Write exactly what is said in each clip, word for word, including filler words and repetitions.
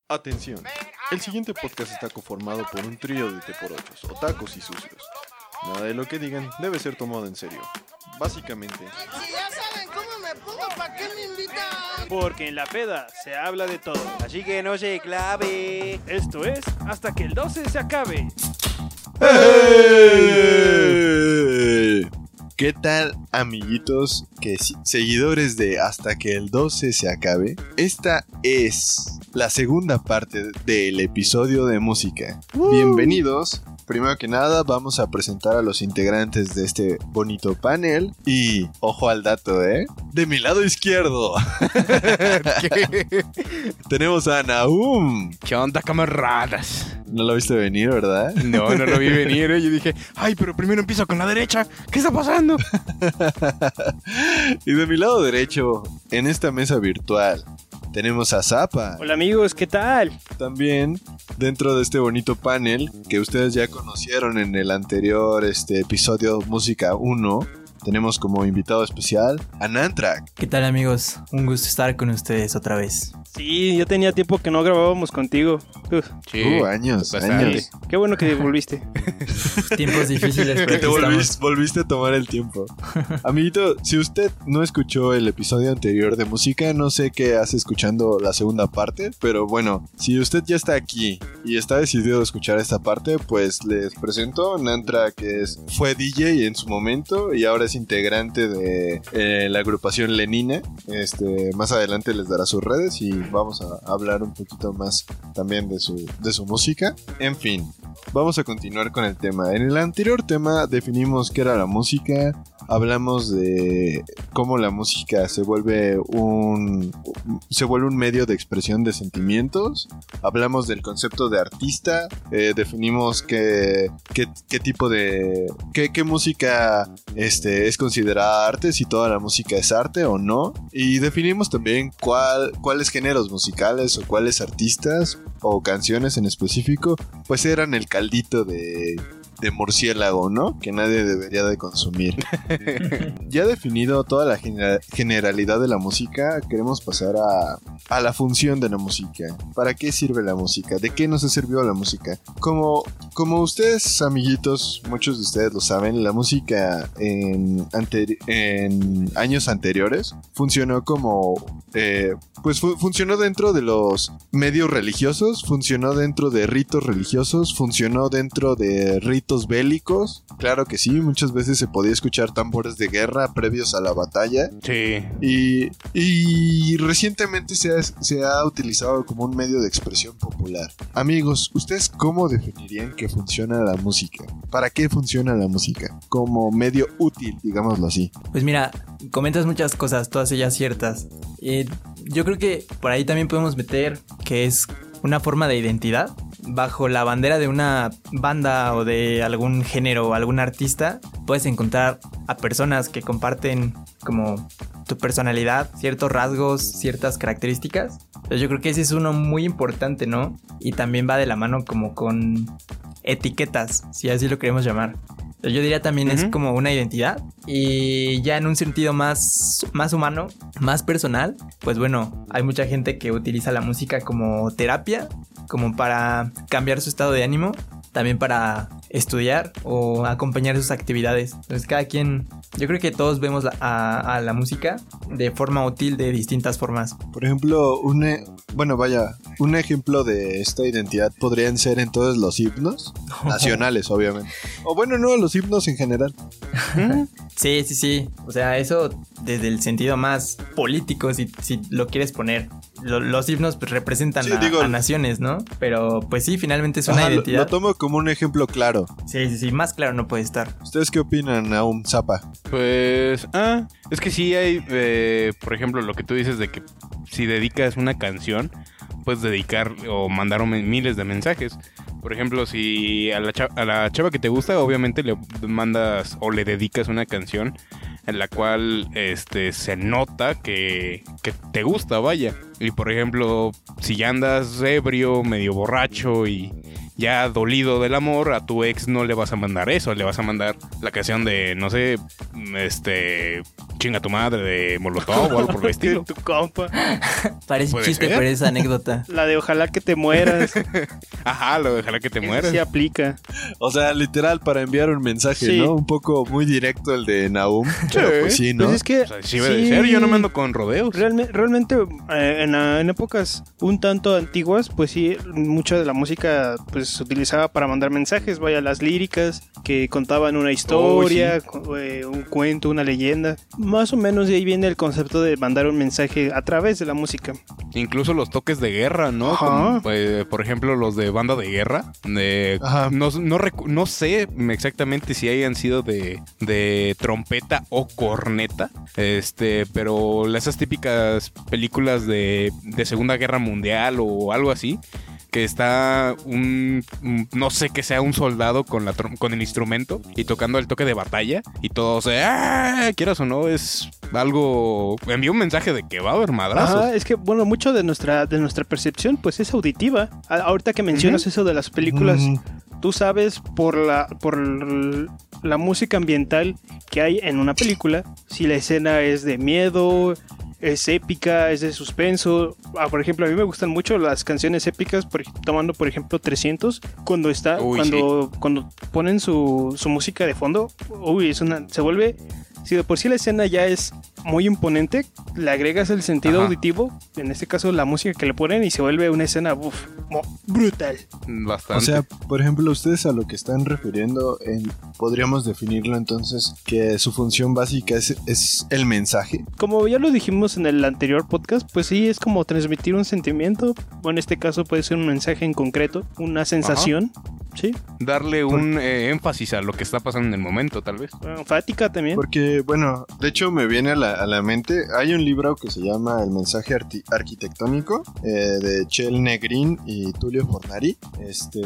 Atención, el siguiente podcast está conformado por un trío de teporochos, otacos y sucios. Nada de lo que digan debe ser tomado en serio. Básicamente, Si ya saben cómo me pongo, ¿para qué me invitan? Porque en la peda se habla de todo. Así que no se clave. Esto es hasta que el doce se acabe. ¡Hey! ¿Qué tal, amiguitos, que si- seguidores de Hasta que el doce se acabe? Esta es la segunda parte del episodio de música. Bienvenidos. Primero que nada, vamos a presentar a los integrantes de este bonito panel. Y, ojo al dato, ¿eh? De mi lado izquierdo tenemos a Nahum. ¿Qué onda, camaradas? No lo viste venir, ¿verdad? No, no lo vi venir. ¿eh? Yo dije, ay, pero primero empiezo con la derecha. ¿Qué está pasando? Y de mi lado derecho, en esta mesa virtual, tenemos a Zapa. Hola amigos, ¿qué tal? También dentro de este bonito panel que ustedes ya conocieron en el anterior este, episodio Música uno, tenemos como invitado especial a Nantrak. ¿Qué tal, amigos? Un gusto estar con ustedes otra vez. Sí, ya tenía tiempo que no grabábamos contigo. Uf, Sí, Uh, años, bastante. años. qué bueno que volviste. Tiempos difíciles, pero Que aquí te estamos. volviste, volviste a tomar el tiempo. Amiguito, si usted no escuchó el episodio anterior de música, no sé qué hace escuchando la segunda parte, pero bueno, si usted ya está aquí y está decidido a escuchar esta parte, pues les presento Nantra, que es, fue D J en su momento y ahora es integrante de eh, la agrupación Lenina. Este, más adelante les dará sus redes y vamos a hablar un poquito más también de su, de su música. En fin, vamos a continuar con el tema. En el anterior tema definimos qué era la música, hablamos de cómo la música se vuelve un se vuelve un medio de expresión de sentimientos, hablamos del concepto de artista, eh, definimos qué, qué, qué tipo de qué, qué música este, es considerada arte, si toda la música es arte o no, y definimos también cuál, cuáles géneros musicales o cuáles artistas o canciones en específico pues eran el caldito de, de murciélago, ¿no? Que nadie debería de consumir. Ya definido toda la genera- generalidad de la música, queremos pasar a, a la función de la música. ¿Para qué sirve la música? ¿De qué nos ha servido la música? Como, como ustedes, amiguitos, muchos de ustedes lo saben, la música en, anteri- en años anteriores funcionó como... Eh, pues fu- funcionó dentro de los medios religiosos, funcionó dentro de ritos religiosos, funcionó dentro de ritos bélicos. Claro que sí, muchas veces se podía escuchar tambores de guerra previos a la batalla. Sí. Y, y recientemente se ha, se ha utilizado como un medio de expresión popular. Amigos, ¿ustedes cómo definirían que funciona la música? ¿Para qué funciona la música? Como medio útil, digámoslo así. Pues mira, comentas muchas cosas, todas ellas ciertas. Eh, yo creo que por ahí también podemos meter que es una forma de identidad. Bajo la bandera de una banda o de algún género o algún artista, puedes encontrar a personas que comparten como tu personalidad, ciertos rasgos, ciertas características. Entonces yo creo que ese es uno muy importante, ¿no? Y también va de la mano como con etiquetas, si así lo queremos llamar. Yo diría también Uh-huh. es como una identidad. Y ya en un sentido más, más humano, más personal, pues bueno, hay mucha gente que utiliza la música como terapia, como para cambiar su estado de ánimo, también para estudiar o acompañar sus actividades. Entonces cada quien, yo creo que todos vemos la- a, a la música de forma útil de distintas formas. Por ejemplo, un, e- bueno, vaya, un ejemplo de esta identidad podrían ser entonces los himnos nacionales, obviamente. O bueno, no, los himnos en general. Sí, sí, sí. O sea, eso desde el sentido más político, si, si lo quieres poner. Lo- los himnos pues representan Sí, a, digo- a naciones, ¿no? Pero pues sí, finalmente es una Ajá, lo, identidad. lo tomo como un ejemplo claro. Sí, sí, sí. Más claro no puede estar. ¿Ustedes qué opinan, Naum Zapa? Pues, ah, es que sí hay, eh, por ejemplo, lo que tú dices de que si dedicas una canción, puedes dedicar o mandar un- miles de mensajes. Por ejemplo, si a la, cha- a la chava que te gusta, obviamente le mandas o le dedicas una canción en la cual este se nota que, que te gusta, vaya. Y por ejemplo, si ya andas ebrio, medio borracho y ya dolido del amor, a tu ex no le vas a mandar eso, le vas a mandar la canción de, no sé, este, chinga tu madre de Molotov o algo por el estilo. Tu compa. Parece Puede chiste, ser. pero es anécdota. La de ojalá que te mueras. Ajá, lo dejará que te mueras. Sí aplica. O sea, literal, para enviar un mensaje, Sí. ¿no? Un poco muy directo el de Nahum. Pero pues sí, ¿no? Pues es que... O sea, sí debe de ser, yo no me ando con rodeos. Realme- realmente, eh, en, ah, en épocas un tanto antiguas, pues sí, mucha de la música pues se utilizaba para mandar mensajes, vaya, las líricas que contaban una historia, co- eh, un cuento, una leyenda. Más o menos de ahí viene el concepto de mandar un mensaje a través de la música. Incluso los toques de guerra, ¿no? Ajá. Como, pues, por ejemplo, los de banda de guerra. De, Ajá. no, no, recu- no sé exactamente si hayan sido de, de trompeta o corneta. Este, pero esas típicas películas de, de Segunda Guerra Mundial o algo así. Que está un, un- no sé, que sea un soldado con, la trom- con el instrumento y tocando el toque de batalla y todo, o sea, ¡ah! Quieras o no, es algo, envía un mensaje de que va a haber madrazos. Ajá, es que bueno, mucho de nuestra de nuestra percepción pues es auditiva. A- ahorita que mencionas eso de las películas, Mm. tú sabes por la por l- la música ambiental que hay en una película, si la escena es de miedo, es épica, es de suspenso. Ah, por ejemplo, a mí me gustan mucho las canciones épicas, por, ej- tomando por ejemplo trescientos, cuando está Uy, cuando cuando ponen su, su música de fondo, uy, es una se vuelve, si de por sí la escena ya es muy imponente, le agregas el sentido Ajá. auditivo, en este caso la música que le ponen y se vuelve una escena uf, mo- brutal. Bastante. O sea, por ejemplo, ustedes a lo que están refiriendo, en- podríamos definirlo entonces que su función básica es, es el mensaje. Como ya lo dijimos en el anterior podcast, pues sí, es como transmitir un sentimiento, o en este caso puede ser un mensaje en concreto, una sensación, ¿sí? darle un eh, énfasis a lo que está pasando en el momento, tal vez. Enfática también. Porque, bueno, de hecho me viene a la, a la mente, hay un libro que se llama El mensaje arti- arquitectónico eh, de Chel Negrin y Tullio Fornari. Este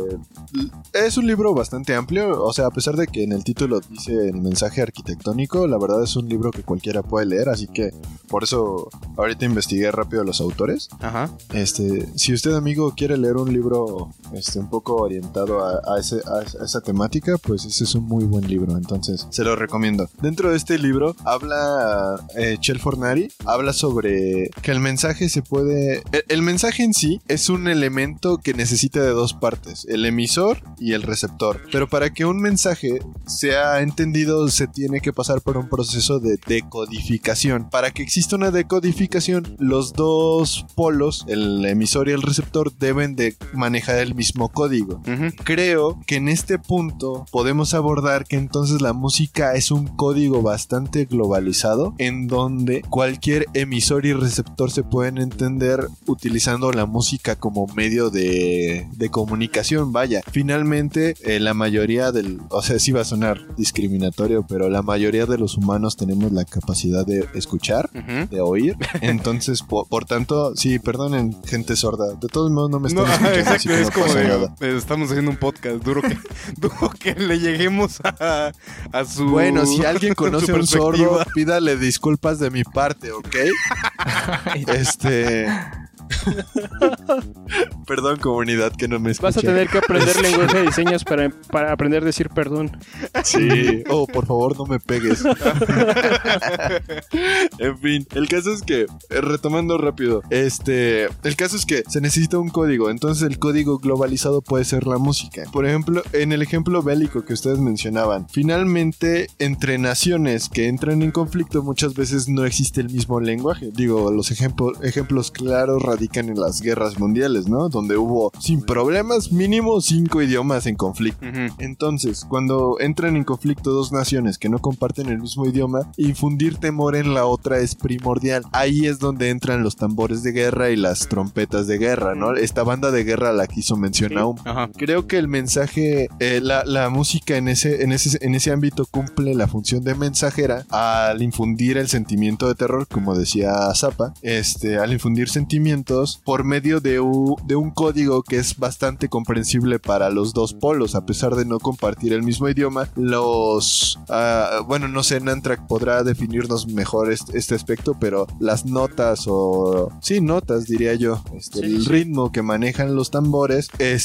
es un libro bastante amplio, o sea, a pesar de que en el título dice el mensaje arquitectónico, la verdad es un libro que cualquiera puede leer, así que por eso ahorita investigué rápido los autores. Ajá. Este, si usted, amigo, quiere leer un libro este, un poco orientado a, a ese, a, a esa temática, pues ese es un muy buen libro, entonces se lo recomiendo. Dentro de este libro habla eh, Chel Fornari, habla sobre que el mensaje se puede... El, el mensaje en sí es un elemento que necesita de dos partes, el emisor y el receptor, pero para que un mensaje sea entendido se tiene que pasar por un proceso de decodificación. Para que exista una decodificación, los dos polos, el emisor y el receptor, deben de manejar el mismo código. Ujú. Creo que en este punto podemos abordar que entonces la música es un código bastante globalizado en donde cualquier emisor y receptor se pueden entender utilizando la música como medio de, de comunicación. Vaya, finalmente eh, la mayoría del, o sea, sí va a sonar discriminatorio, pero la mayoría de los humanos tenemos la capacidad de escuchar, Ujú. de oír. Entonces, po- por tanto, sí, perdonen, gente sorda. De todos modos, no me están No, escuchando, exacto, así que es no como pasa de, nada. eh, estamos haciendo un podcast, duro que, duro que le lleguemos a, a su Bueno, si alguien su conoce a un sordo, perspectiva. pídale disculpas de mi parte, ¿ok? Este... Perdón, comunidad, que no me escucha. Vas a tener que aprender lenguaje de señas para, para aprender a decir perdón. Sí. Oh, por favor, no me pegues. En fin, el caso es que, eh, retomando rápido, este, el caso es que se necesita un código, entonces el código globalizado puede ser la música. Por ejemplo, en el ejemplo bélico que ustedes mencionaban, finalmente, entre naciones que entran en conflicto, muchas veces no existe el mismo lenguaje. Digo, los ejemplo- ejemplos claros radican en las guerras mundiales, ¿no? Donde hubo, sin problemas, mínimo cinco idiomas en conflicto. Ujú. Entonces, cuando entran en conflicto dos naciones que no comparten el mismo idioma, infundir temor en la otra es primordial. Ahí es donde entran los tambores de guerra y las trompetas de guerra, ¿no? Esta banda de guerra a la que hizo mención Nahum. Ajá. Creo que el mensaje, eh, la, la música en ese, en, ese, en ese ámbito cumple la función de mensajera al infundir el sentimiento de terror, como decía Zappa, este, al infundir sentimiento sentimientos por medio de un, de un código que es bastante comprensible para los dos polos, a pesar de no compartir el mismo idioma. Los, uh, bueno, no sé, Nantrack podrá definirnos mejor este, este aspecto, pero las notas o, sí, notas diría yo, este, sí, el sí. ritmo que manejan los tambores,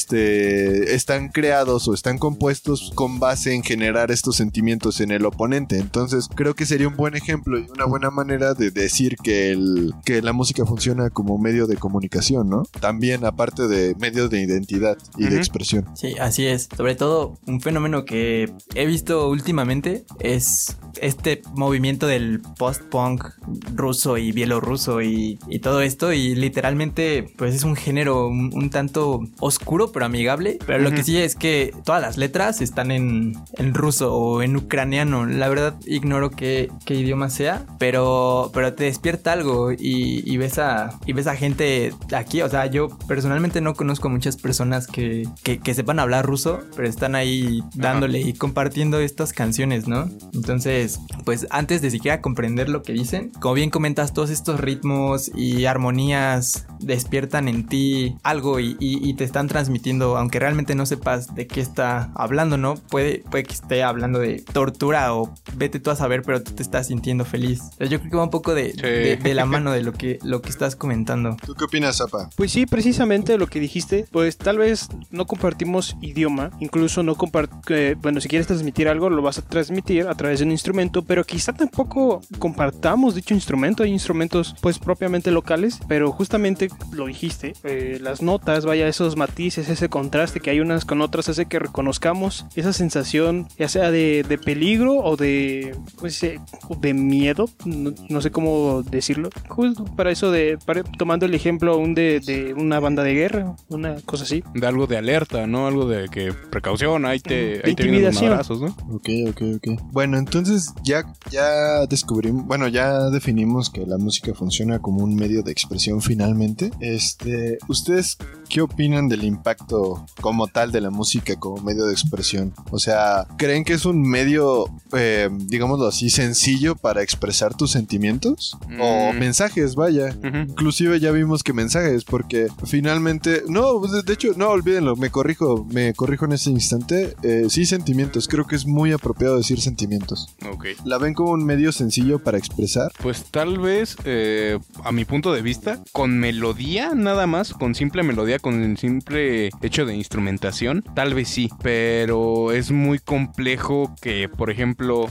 este, están creados o están compuestos con base en generar estos sentimientos en el oponente. Entonces creo que sería un buen ejemplo y una buena manera de decir que, el, que la música funciona como medio de comunicación, ¿no? También aparte de medio de identidad y uh-huh. de expresión. Sí, así es. Sobre todo un fenómeno que he visto últimamente es este movimiento del post-punk ruso y bielorruso y, y todo esto, y literalmente pues es un género un, un tanto oscuro pero amigable, pero uh-huh. lo que sí es que todas las letras están en, en ruso o en ucraniano. La verdad ignoro qué, qué idioma sea, pero, pero te despierta algo y, y ves a y ves a gente aquí. O sea, yo personalmente no conozco a muchas personas que, que, que sepan hablar ruso, pero están ahí dándole uh-huh. y compartiendo estas canciones, ¿no? Entonces, pues antes de siquiera comprender lo que dicen, como bien comentas, todos estos ritmos y armonías despiertan en ti algo y, y, y te están transmitiendo, aunque realmente no sepas de qué está hablando, ¿no? Puede, puede que esté hablando de tortura o vete tú a saber, pero tú te estás sintiendo feliz. Entonces, yo creo que va un poco de, sí. de, de la mano de lo que, lo que estás comentando. ¿Tú qué opinas, Zapa? Pues sí, precisamente lo que dijiste, pues tal vez no compartimos idioma, incluso no compart... Eh, bueno, si quieres transmitir algo, lo vas a transmitir a través de un instrumento, pero quizá tampoco compartamos dicho instrumento. Hay instrumentos pues propiamente locales, pero justamente lo dijiste, eh, las notas, vaya, esos matices, ese contraste que hay unas con otras hace que reconozcamos esa sensación, ya sea de, de peligro o de pues de miedo, no, no sé cómo decirlo, justo para eso de, para, tomando el ejemplo un de, de una banda de guerra, una cosa así. De algo de alerta, ¿no? Algo de que precaución, ahí te, ahí te vienen los madrazos, ¿no? Ok, ok, ok. Bueno, entonces ya, ya descubrimos, bueno, ya definimos que la música funciona como un medio de expresión finalmente. Este, ¿ustedes qué opinan del impacto como tal de la música como medio de expresión? O sea, ¿creen que es un medio, eh, digámoslo así, sencillo para expresar tus sentimientos? Mm. O mensajes, vaya. Uh-huh. Inclusive ya vimos que mensajes, porque finalmente, no, de hecho, no, olvídenlo, me corrijo, me corrijo en ese instante. Eh, sí, sentimientos, creo que es muy apropiado decir sentimientos. Ok. ¿La ven como un medio sencillo para expresar? Pues tal vez, eh, a mi punto de vista, con melodía nada más, con simple melodía, con el simple hecho de instrumentación, tal vez sí, pero es muy complejo que, por ejemplo,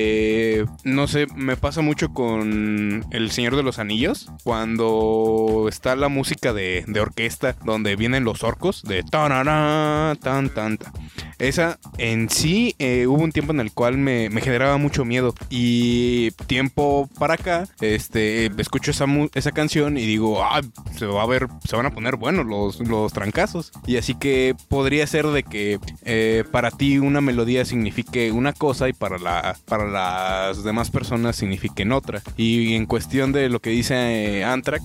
eh, no sé, me pasa mucho con El Señor de los Anillos, cuando está la música de, de orquesta, donde vienen los orcos, de tan tan tan tan. Esa en sí eh, hubo un tiempo en el cual me, me generaba mucho miedo, y tiempo para acá este escucho esa, esa canción y digo, ah, se va a ver, se van a poner buenos los, los trancazos, y así que podría ser de que eh, para ti una melodía signifique una cosa y para, la, para las demás personas signifiquen otra. Y en cuestión de lo que dice eh, Antrack,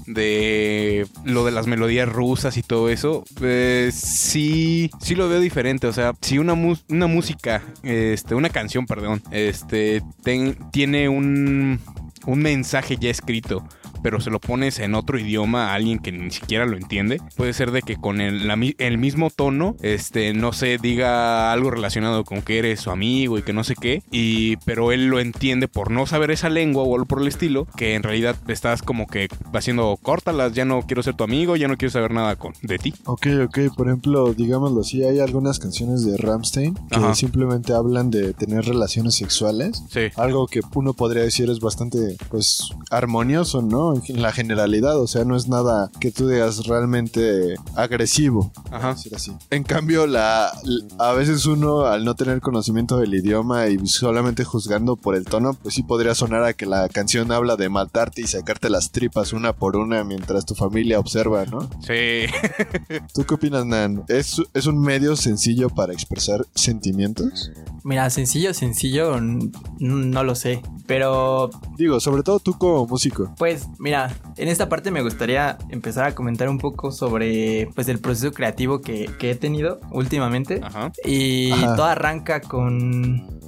de lo de las melodías rusas y todo eso, eh, sí, sí lo veo diferente. O sea, si una, mu- una música, este, una canción, perdón, este, ten, tiene un, un mensaje ya escrito, pero se lo pones en otro idioma a alguien que ni siquiera lo entiende, puede ser de que con el, la, el mismo tono, este, no sé, diga algo relacionado con que eres su amigo y que no sé qué, y pero él lo entiende por no saber esa lengua o algo por el estilo, que en realidad estás como que haciendo córtalas, ya no quiero ser tu amigo, ya no quiero saber nada con, de ti. Ok, ok, por ejemplo, digámoslo así, hay algunas canciones de Rammstein que Ajá. simplemente hablan de tener relaciones sexuales, sí. Algo que uno podría decir es bastante, pues, armonioso, ¿no? En la generalidad, o sea, no es nada que tú digas realmente agresivo. Ajá. Decir así. En cambio, la, a veces uno, al no tener conocimiento del idioma y solamente juzgando por el tono, pues sí podría sonar a que la canción habla de matarte y sacarte las tripas una por una mientras tu familia observa, ¿no? Sí. ¿Tú qué opinas, Nan? ¿Es, ¿Es un medio sencillo para expresar sentimientos? Mira, sencillo, sencillo, n- no lo sé, pero... Digo, sobre todo tú como músico. Pues, mira, en esta parte me gustaría empezar a comentar un poco sobre, pues, el proceso creativo que, que he tenido últimamente. Ajá. Y Ajá. todo arranca con...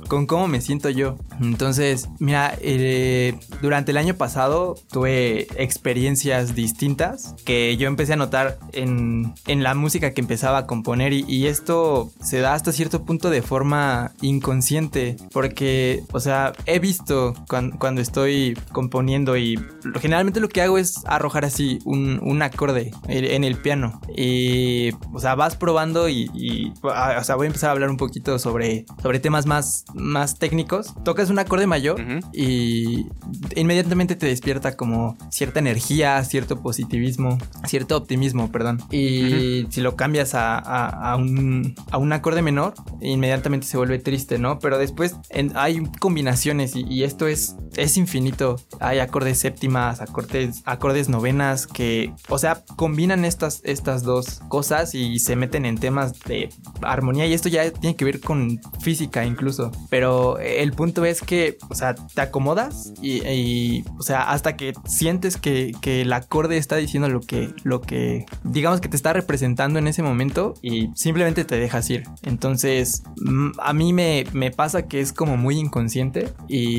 con cómo me siento yo. Entonces, mira, eh, durante el año pasado tuve experiencias distintas que yo empecé a notar en, en la música que empezaba a componer y, y esto se da hasta cierto punto de forma inconsciente porque, o sea, he visto cuando, cuando estoy componiendo y generalmente lo que hago es arrojar así un, un acorde en el piano y, o sea, vas probando y, y o sea, voy a empezar a hablar un poquito sobre, sobre temas más, más técnicos. Tocas un acorde mayor uh-huh. y inmediatamente te despierta como cierta energía, cierto positivismo, cierto optimismo, perdón. Y uh-huh. si lo cambias a, a, a, un, a un acorde menor, inmediatamente se vuelve triste, ¿no? Pero después en, hay combinaciones y, y esto es, es infinito. Hay acordes séptimas, acordes, acordes novenas que, o sea, combinan estas, estas dos cosas y se meten en temas de armonía y esto ya tiene que ver con física incluso. Pero el punto es que, o sea, te acomodas y, y o sea, hasta que sientes que, que el acorde está diciendo lo que, lo que, digamos que te está representando en ese momento y simplemente te dejas ir. Entonces, a mí me, me pasa que es como muy inconsciente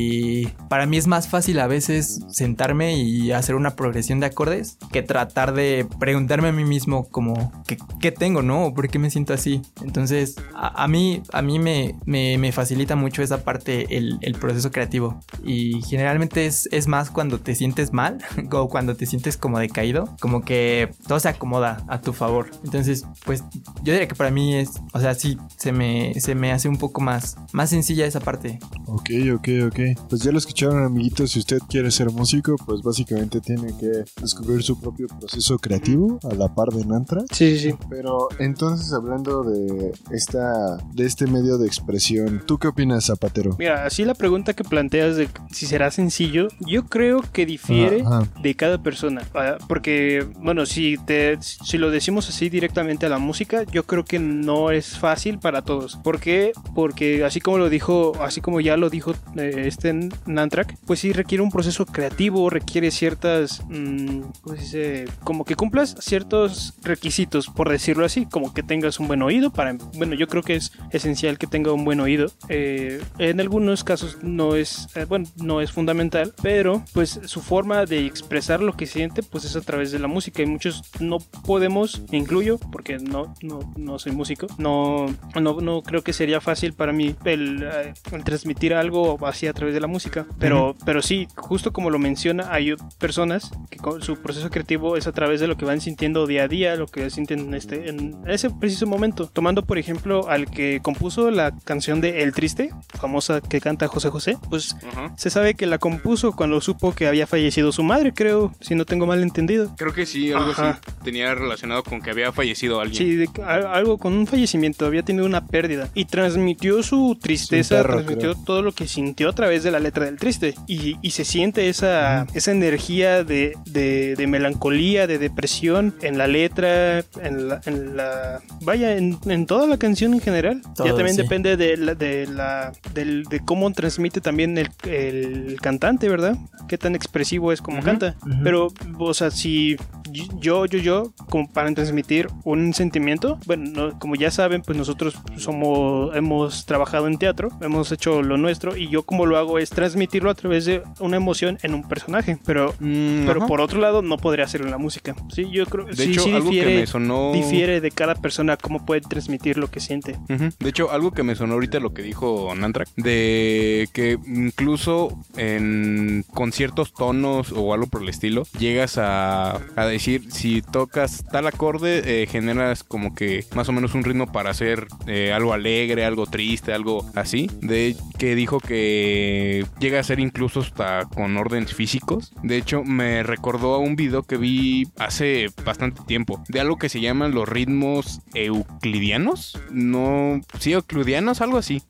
y para mí es más fácil a veces sentarme y hacer una progresión de acordes que tratar de preguntarme a mí mismo como ¿qué, qué tengo, no? ¿Por qué me siento así? Entonces, a, a mí, a mí me, me, me facilita mucho esa parte, el, el proceso creativo y generalmente es, es más cuando te sientes mal o cuando te sientes como decaído, como que todo se acomoda a tu favor. Entonces, pues yo diría que para mí es, o sea, sí, se me, se me hace un poco más, más sencilla esa parte. Ok, ok, ok. Pues ya lo escucharon, amiguitos. Si usted quiere ser músico, pues básicamente tiene que descubrir su propio proceso creativo a la par de Nantra. Sí, sí, sí. Pero entonces, hablando de esta, de este medio de expresión, ¿tú qué opinas, Zapatero? Mira, así la pregunta que planteas de si será sencillo, yo creo que difiere ajá, ajá. de cada persona. Porque, bueno, si, te, si lo decimos así directamente a la música, yo creo que no es fácil para todos. ¿Por qué? Porque así como lo dijo, así como ya lo dijo eh, este Nantrak, pues sí requiere un proceso creativo, requiere ciertas, mmm, ¿cómo se dice? Como que cumplas ciertos requisitos, por decirlo así, como que tengas un buen oído para, bueno, yo creo que es esencial que tenga un buen oído. Eh, en algunos casos no es, eh, bueno, no es fundamental, pero pues su forma de expresar lo que siente, pues es a través de la música y muchos no podemos, me incluyo, porque no, no, no soy músico, no, no, no creo que sería fácil para mí el, el transmitir algo así a través de la música, pero, uh-huh. pero sí, justo como lo menciona, hay personas que con su proceso creativo es a través de lo que van sintiendo día a día, lo que sienten en, este, en ese preciso momento. Tomando por ejemplo al que compuso la canción de El Triste, famosa que canta José José, pues uh-huh. se sabe que la compuso cuando supo que había fallecido su madre, creo, si no tengo mal entendido. Creo que sí, algo Ajá. así tenía relacionado con que había fallecido alguien. Sí, de, algo con un fallecimiento, había tenido una pérdida y transmitió su tristeza, su perro, transmitió creo. todo lo que sintió a través de la letra del Triste y, y se siente esa, uh-huh. esa energía de, de, de melancolía, de depresión en la letra, en la, en la vaya, en, en toda la canción en general. Todo, ya también sí. depende de la, de la del, de cómo transmite también el, el cantante, ¿verdad? Qué tan expresivo es como uh-huh. canta. Uh-huh. Pero, o sea, si yo, yo, yo, como para transmitir un sentimiento, bueno, no, como ya saben, pues nosotros somos, hemos trabajado en teatro, hemos hecho lo nuestro y yo como lo hago es transmitirlo a través de una emoción en un personaje, pero, mm, pero por otro lado no podría hacerlo en la música. Sí, yo creo de sí, hecho, sí algo difiere, que me sonó... difiere de cada persona cómo puede transmitir lo que siente. Uh-huh. De hecho, algo que me sonó ahorita lo que dijo Nantrak, de que incluso en, con ciertos tonos o algo por el estilo, llegas a, a decir, si tocas tal acorde, eh, generas como que más o menos un ritmo para hacer eh, algo alegre, algo triste, algo así. De que dijo que llega a ser incluso hasta con órdenes físicos. De hecho, me recordó a un video que vi hace bastante tiempo, de algo que se llaman los ritmos euclidianos. No, sí, euclidianos, algo así.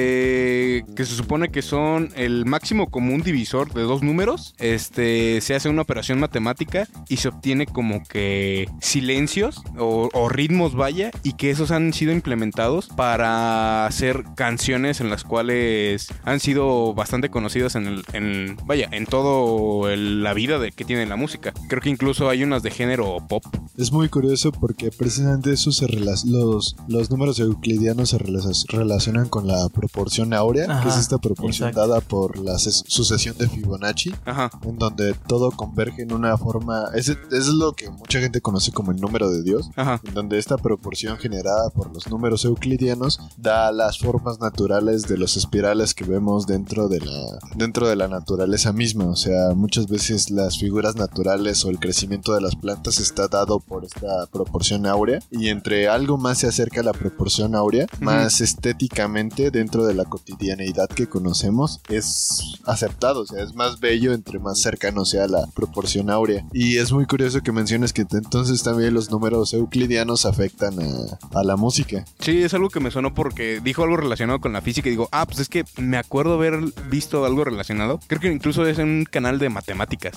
De que se supone que son el máximo común divisor de dos números. Este, se hace una operación matemática y se obtiene tiene como que silencios o, o ritmos, vaya, y que esos han sido implementados para hacer canciones en las cuales han sido bastante conocidas en el, en, vaya, en todo el, la vida de que tiene la música. Creo que incluso hay unas de género pop. Es muy curioso porque precisamente eso se relac- los, los números euclidianos se relac- relacionan con la proporción áurea, Ajá, que es esta proporción exacto. dada por la ses- sucesión de Fibonacci, Ajá. en donde todo converge en una forma, es, es lo que mucha gente conoce como el número de Dios, Ajá. en donde esta proporción generada por los números euclidianos da las formas naturales de los espirales que vemos dentro de la dentro de la naturaleza misma. O sea, muchas veces las figuras naturales o el crecimiento de las plantas está dado por esta proporción áurea, y entre algo más se acerca a la proporción áurea, Ujú. más estéticamente dentro de la cotidianeidad que conocemos es aceptado. O sea, es más bello entre más cercano sea la proporción áurea. Y es muy curioso que menciones que t- entonces también los números euclidianos afectan a, a la música. Sí, es algo que me sonó porque dijo algo relacionado con la física y digo, ah, pues es que me acuerdo haber visto algo relacionado. Creo que incluso es en un canal de matemáticas.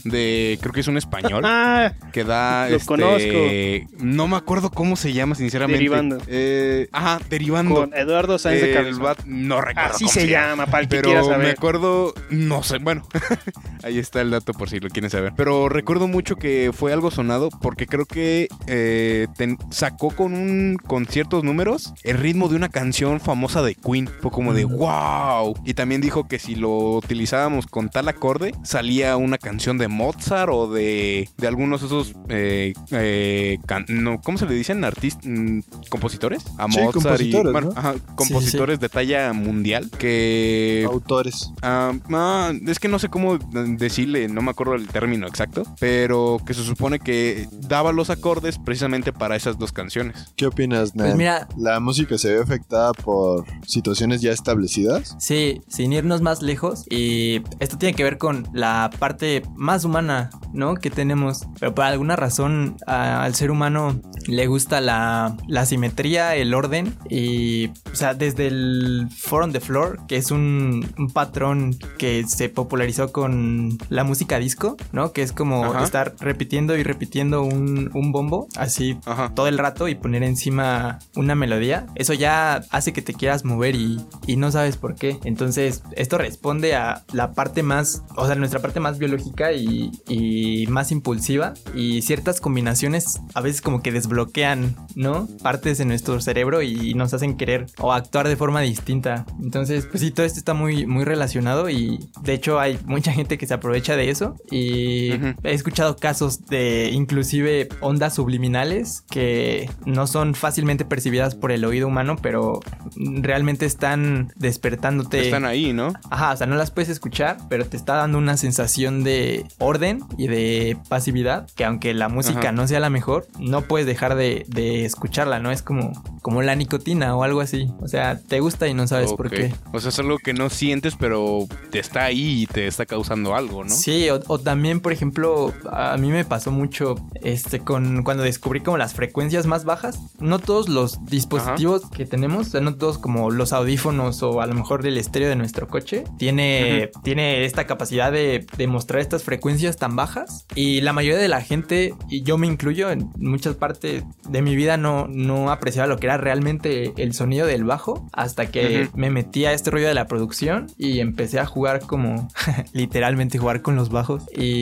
De, creo que es un español Ah, que da, Lo este, conozco. no me acuerdo cómo se llama, sinceramente. Derivando. Eh, ajá, derivando. con Eduardo Sáenz de El Cabezón. vato- no recuerdo Así cómo se llama, para el que pero quiera me saber. acuerdo, no sé, bueno, ahí está el dato por si lo quieren saber. Pero recuerdo mucho que fue algo sonado porque creo que eh, ten- sacó con un con ciertos números el ritmo de una canción famosa de Queen. Fue como de wow. Y también dijo que si lo utilizábamos con tal acorde, salía una canción de Mozart o de, de algunos de esos, eh, eh, can- no, ¿cómo se le dicen? Artistas, compositores. A Sí, Mozart y compositores, bueno, ¿no? ajá, compositores de talla mundial que Autores. ah, ah, es que no sé cómo decirle, no me acuerdo el término exacto, pero que se supone que daba los acordes precisamente para esas dos canciones. ¿Qué opinas, Nan? Pues mira, ¿La música se ve afectada por situaciones ya establecidas? sí, sin irnos más lejos, y esto tiene que ver con la parte más humana, ¿no? Que tenemos, pero por alguna razón a- al ser humano le gusta la, la simetría, el orden, y, o sea, desde el Four on the Floor, que es un, un patrón que se popularizó con la música disco, ¿no? Que es como Ajá. estar repitiendo y repitiendo un, un bombo, así Ajá. todo el rato, y poner encima una melodía. Eso ya hace que te quieras mover y, y no sabes por qué. Entonces, esto responde a la parte más, o sea, nuestra parte más biológica y, y más impulsiva. Y ciertas combinaciones a veces como que desbloquean, ¿no? Partes de nuestro cerebro y nos hacen querer o actuar de forma distinta. Entonces, pues sí, todo esto está muy, muy relacionado, y de hecho hay mucha gente que se aprovecha de eso. Y Ujú. he escuchado casos de inclusive ondas subliminales que no son fácilmente percibidas por el oído humano, pero realmente están despertándote. Están ahí, ¿no? Ajá, o sea, no las puedes escuchar, pero te está dando una sensación de orden y de pasividad, que aunque la música Ajá. no sea la mejor, no puedes dejar de, de escucharla, ¿no? Es como, como la nicotina o algo así. O sea, te gusta y no sabes por Ok. qué. O sea, es algo que no sientes, pero te está ahí y te está causando algo, ¿no? Sí, o, o también, por ejemplo, a mí me pasó mucho este con cuando descubrí como las frecuencias más bajas. No todos los dispositivos que tenemos, o sea, no todos como los audífonos o a lo mejor el estéreo de nuestro coche, tiene, Ujú. tiene esta capacidad de, de mostrar estas frecuencias tan bajas. Y la mayoría de la gente, y yo me incluyo, en muchas partes de mi vida no, no apreciaba lo que era realmente el sonido del bajo, hasta que Ujú. me metí a este rollo de la producción y empecé a jugar como literalmente jugar con los bajos,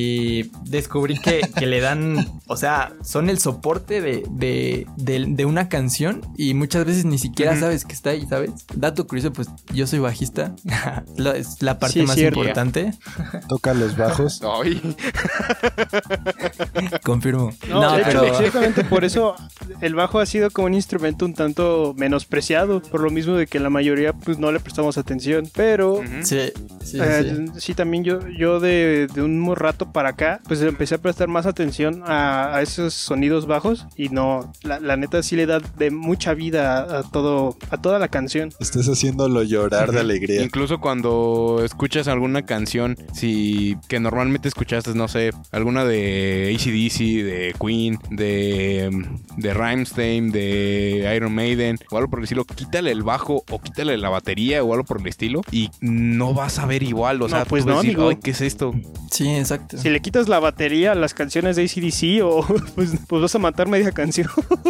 y descubrí que, que le dan, o sea, son el soporte de, de, de, de una canción, y muchas veces ni siquiera Ujú. sabes que está ahí, ¿sabes? Dato curioso, pues yo soy bajista. Lo- es la parte Sí, es más cierto. importante. Toca los bajos. Ay, Confirmo. No, No, de hecho, pero exactamente por eso el bajo ha sido como un instrumento un tanto menospreciado, por lo mismo de que la mayoría pues no le prestamos atención, pero ujú. sí, sí, eh, sí. sí, también yo, yo de, de un rato para acá pues empecé a prestar más atención a, a esos sonidos bajos, y no, la, la neta sí le da de mucha vida a, a todo, a toda la canción. Estás haciéndolo llorar de alegría. Incluso cuando escuchas alguna canción, si que normalmente escuchaste, no sé, alguna de A C/D C, de Queen, de, de Rammstein, de Iron Iron Maiden o algo por el estilo, quítale el bajo o quítale la batería o algo por el estilo y no vas a ver igual, o No, sea, pues tú vas no, a decir, amigo. ay, ¿qué es esto? Sí, exacto. Si le quitas la batería a las canciones de A C D C, o pues, pues vas a matar media canción.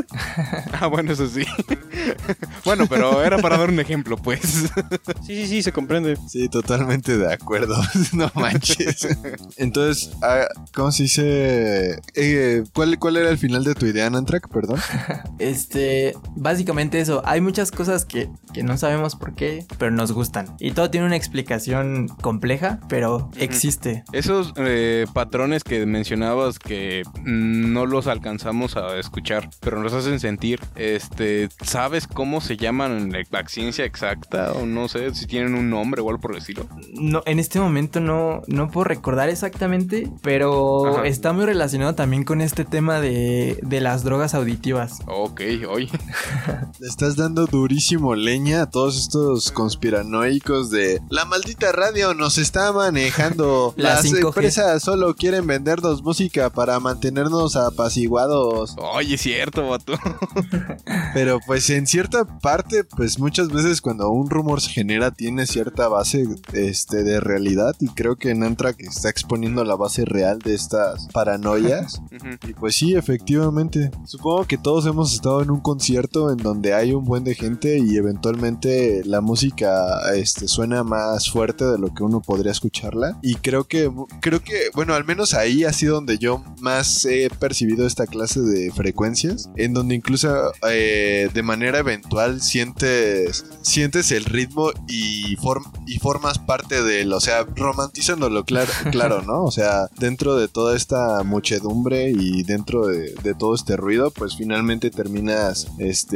Ah, bueno, eso sí. Bueno, pero era para dar un ejemplo, pues. Sí, sí, sí, se comprende. Sí, totalmente de acuerdo. No manches. Entonces, ah, ¿cómo se dice? Eh, ¿cuál, ¿Cuál era el final de tu idea, Nantrack? Perdón. Este, básicamente eso. Hay muchas cosas que, que no sabemos por qué, pero nos gustan. Y todo tiene una explicación compleja, pero existe. Esos eh, patrones que mencionabas que no los alcanzamos a escuchar, pero nos hacen sentir, este, ¿sabes cómo se llaman en la ciencia exacta? O no sé, si tienen un nombre o algo por el estilo. No, en este momento no, no puedo recordar exactamente, pero Ajá. está muy relacionado también con este tema de, de las drogas auditivas. Ok, oye. Le estás dando durísimo leña a todos estos conspiranoicos de la maldita radio nos está manejando. La Las cinco G. empresas solo quieren vendernos música para mantenernos apaciguados. Oye, es cierto, vato. Pero pues en cierta parte, pues muchas veces cuando un rumor se genera tiene cierta base este, de realidad. Y creo que Nantrack está exponiendo la base real de estas paranoias. Ujú. Y pues sí, efectivamente. Supongo que todos hemos estado en un concierto en donde hay un buen de gente y eventualmente la música este, suena más fuerte de lo que uno podría escucharla. Y creo que, creo que, bueno, al menos ahí ha sido donde yo más he percibido esta clase de frecuencias, en donde incluso eh, de manera eventual sientes, sientes el ritmo y, form, y formas parte de él, o sea, romantizándolo, claro, claro, ¿no? O sea, dentro de toda esta muchedumbre y dentro de, de todo este ruido, pues finalmente terminas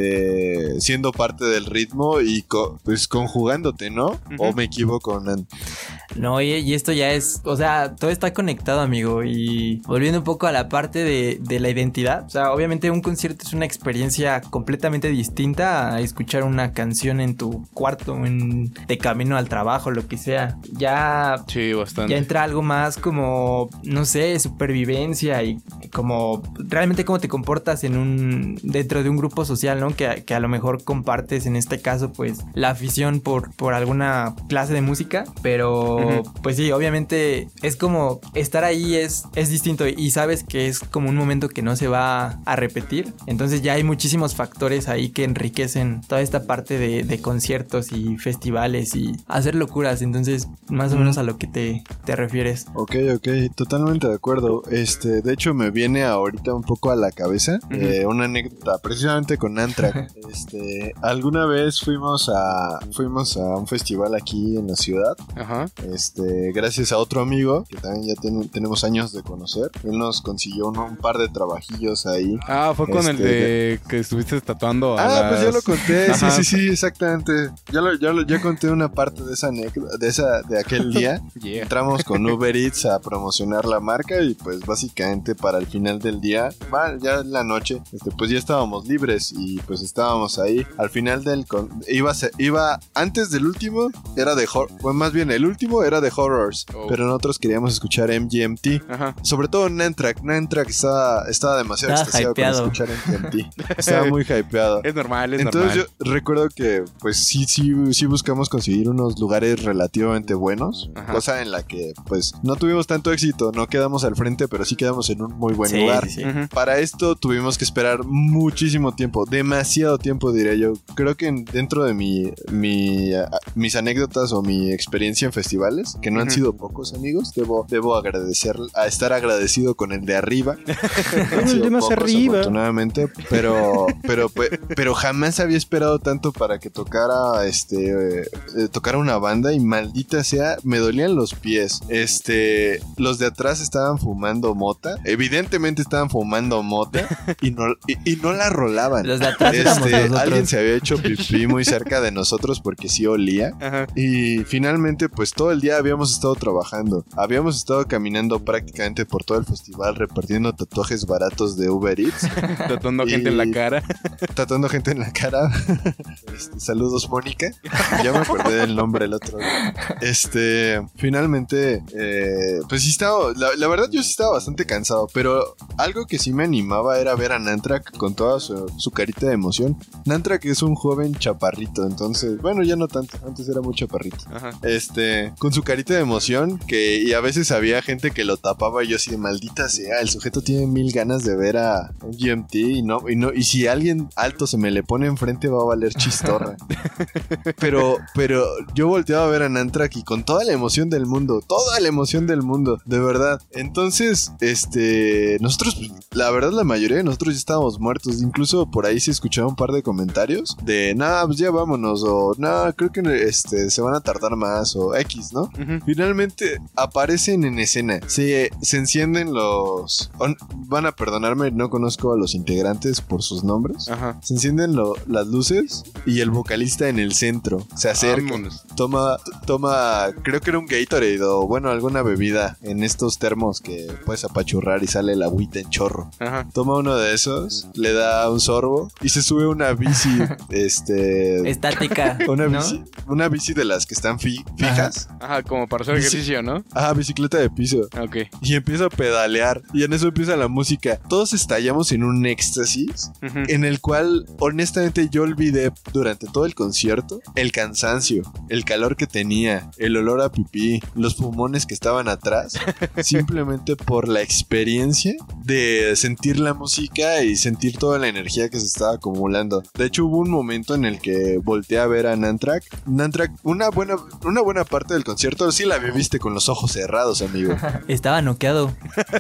este, siendo parte del ritmo y co, pues conjugándote, ¿no? Uh-huh. ¿O me equivoco, Nan? No, y, y esto ya es, o sea, todo está conectado, amigo. Y volviendo un poco a la parte de, de la identidad, o sea, obviamente un concierto es una experiencia completamente distinta a escuchar una canción en tu cuarto, en, de camino al trabajo, lo que sea. Ya, sí, bastante. Ya entra algo más como, no sé, supervivencia y como realmente cómo te comportas en un dentro de un grupo social, ¿no? Que, que a lo mejor compartes, en este caso, pues, la afición por, por alguna clase de música, pero uh-huh. pues sí, obviamente es como estar ahí es, es distinto y sabes que es como un momento que no se va a repetir. Entonces ya hay muchísimos factores ahí que enriquecen toda esta parte de, de conciertos y festivales y hacer locuras. Entonces, más o menos a lo que te, te refieres. Ok, ok, totalmente de acuerdo. Este, de hecho, me viene ahorita un poco a la cabeza uh-huh. eh, una anécdota precisamente con Nantrack. Este, alguna vez fuimos a fuimos a un festival aquí en la ciudad. Ajá. Este, gracias a otro amigo que también ya ten, tenemos años de conocer. Él nos consiguió un, un par de trabajillos ahí. Ah, fue con este, el de que estuviste tatuando a Ah, las... pues ya lo conté. Ajá. Sí, sí, sí, exactamente. Ya lo, ya lo, ya conté una parte de esa anécdota, de esa, de aquel día. Yeah. Entramos con Uber Eats a promocionar la marca y pues básicamente para el final del día, bueno, ya en la noche, este, pues ya estábamos libres y pues estábamos ahí. Al final del con, iba, iba antes del último era de horror, bueno, más bien el último era de horrors, oh. pero nosotros queríamos escuchar M G M T. Ajá. Sobre todo Nantrack. Nantrack estaba, estaba demasiado estaba extasiado hypeado. con escuchar M G M T. Estaba muy hypeado. Es normal, es Entonces normal. yo recuerdo que pues sí, sí, sí buscamos conseguir unos lugares relativamente buenos. Ajá. Cosa en la que pues no tuvimos tanto éxito, no quedamos al frente, pero sí quedamos en un muy buen sí, lugar. Sí, sí. Uh-huh. Para esto tuvimos que esperar muchísimo tiempo, demasiado tiempo diría yo. Creo que dentro de mi, mi uh, mis anécdotas o mi experiencia en festivales, que no uh-huh. han sido pocos, amigos, debo, debo agradecer, a estar agradecido con el de arriba. No han sido más pocos, arriba. Afortunadamente, pero, pero, pero, pero jamás había esperado tanto para que tocara este eh, tocara una banda y maldita sea, me dolían los pies. Este, los de atrás estaban fumando mota, evidentemente estaban fumando mota y no, y, y no la rolaban. Los de atrás este, alguien se había hecho pipí muy cerca de nosotros porque sí olía. Ajá. Y finalmente pues todo el día habíamos estado trabajando, habíamos estado caminando prácticamente por todo el festival repartiendo tatuajes baratos de Uber Eats. Tatuando y... gente en la cara. tatuando gente en la cara. Este, saludos, Mónica. Ya me acordé del nombre el otro día. Este, finalmente, eh, pues sí estaba, la, la verdad yo sí estaba bastante cansado, pero algo que sí me animaba era ver a Nantrak con toda su, su carita de emoción. Nantrak es un joven chaparrito, entonces, bueno, ya no tanto, antes era muy chaparrito. Ajá. Este, con su carita de emoción, que y a veces había gente que lo tapaba y yo así de maldita sea, el sujeto tiene mil ganas de ver a M G M T y no, y no, y si alguien alto se me le pone enfrente va a valer chistorra. pero, pero yo volteaba a ver a Nantrak y con toda la emoción del mundo, toda la emoción del mundo, de verdad. Entonces, este, nosotros, la verdad la mayoría de nosotros ya estábamos muertos, incluso por ahí se escuchaba un par de comentarios de, nah, pues ya vámonos, o nah, creo que este, se van a tardar más, o X, ¿no? Uh-huh. Finalmente aparecen en escena, se, se encienden los, on, van a perdonarme, no conozco a los integrantes por sus nombres. Ajá. Se encienden lo, las luces y el vocalista en el centro se acerca, Vámonos. toma, toma, creo que era un Gatorade o bueno, alguna bebida en estos termos que puedes apachurrar y sale el agüita en chorro. Ajá. Toma uno de esos, le da un sorbo y se sube una bici, este... estática, una ¿no? bici, una bici de las que están fi- fijas. Ajá. Ajá, como para hacer Bici- ejercicio, ¿no? Ajá, bicicleta de piso. Ok. Y empieza a pedalear y en eso empieza la música. Todos estallamos en un éxtasis uh-huh. en el cual honestamente yo olvidé durante todo el concierto el cansancio, el calor que tenía, el olor a pipí, los pulmones que estaban atrás, simplemente por la experiencia de sentir la música y sentir toda la energía que se estaba acumulando. De hecho hubo un momento en el que volteé a ver a Nantrak. Nantrak, una buena, una buena parte del concierto sí la viste con los ojos cerrados, amigo. Estaba noqueado.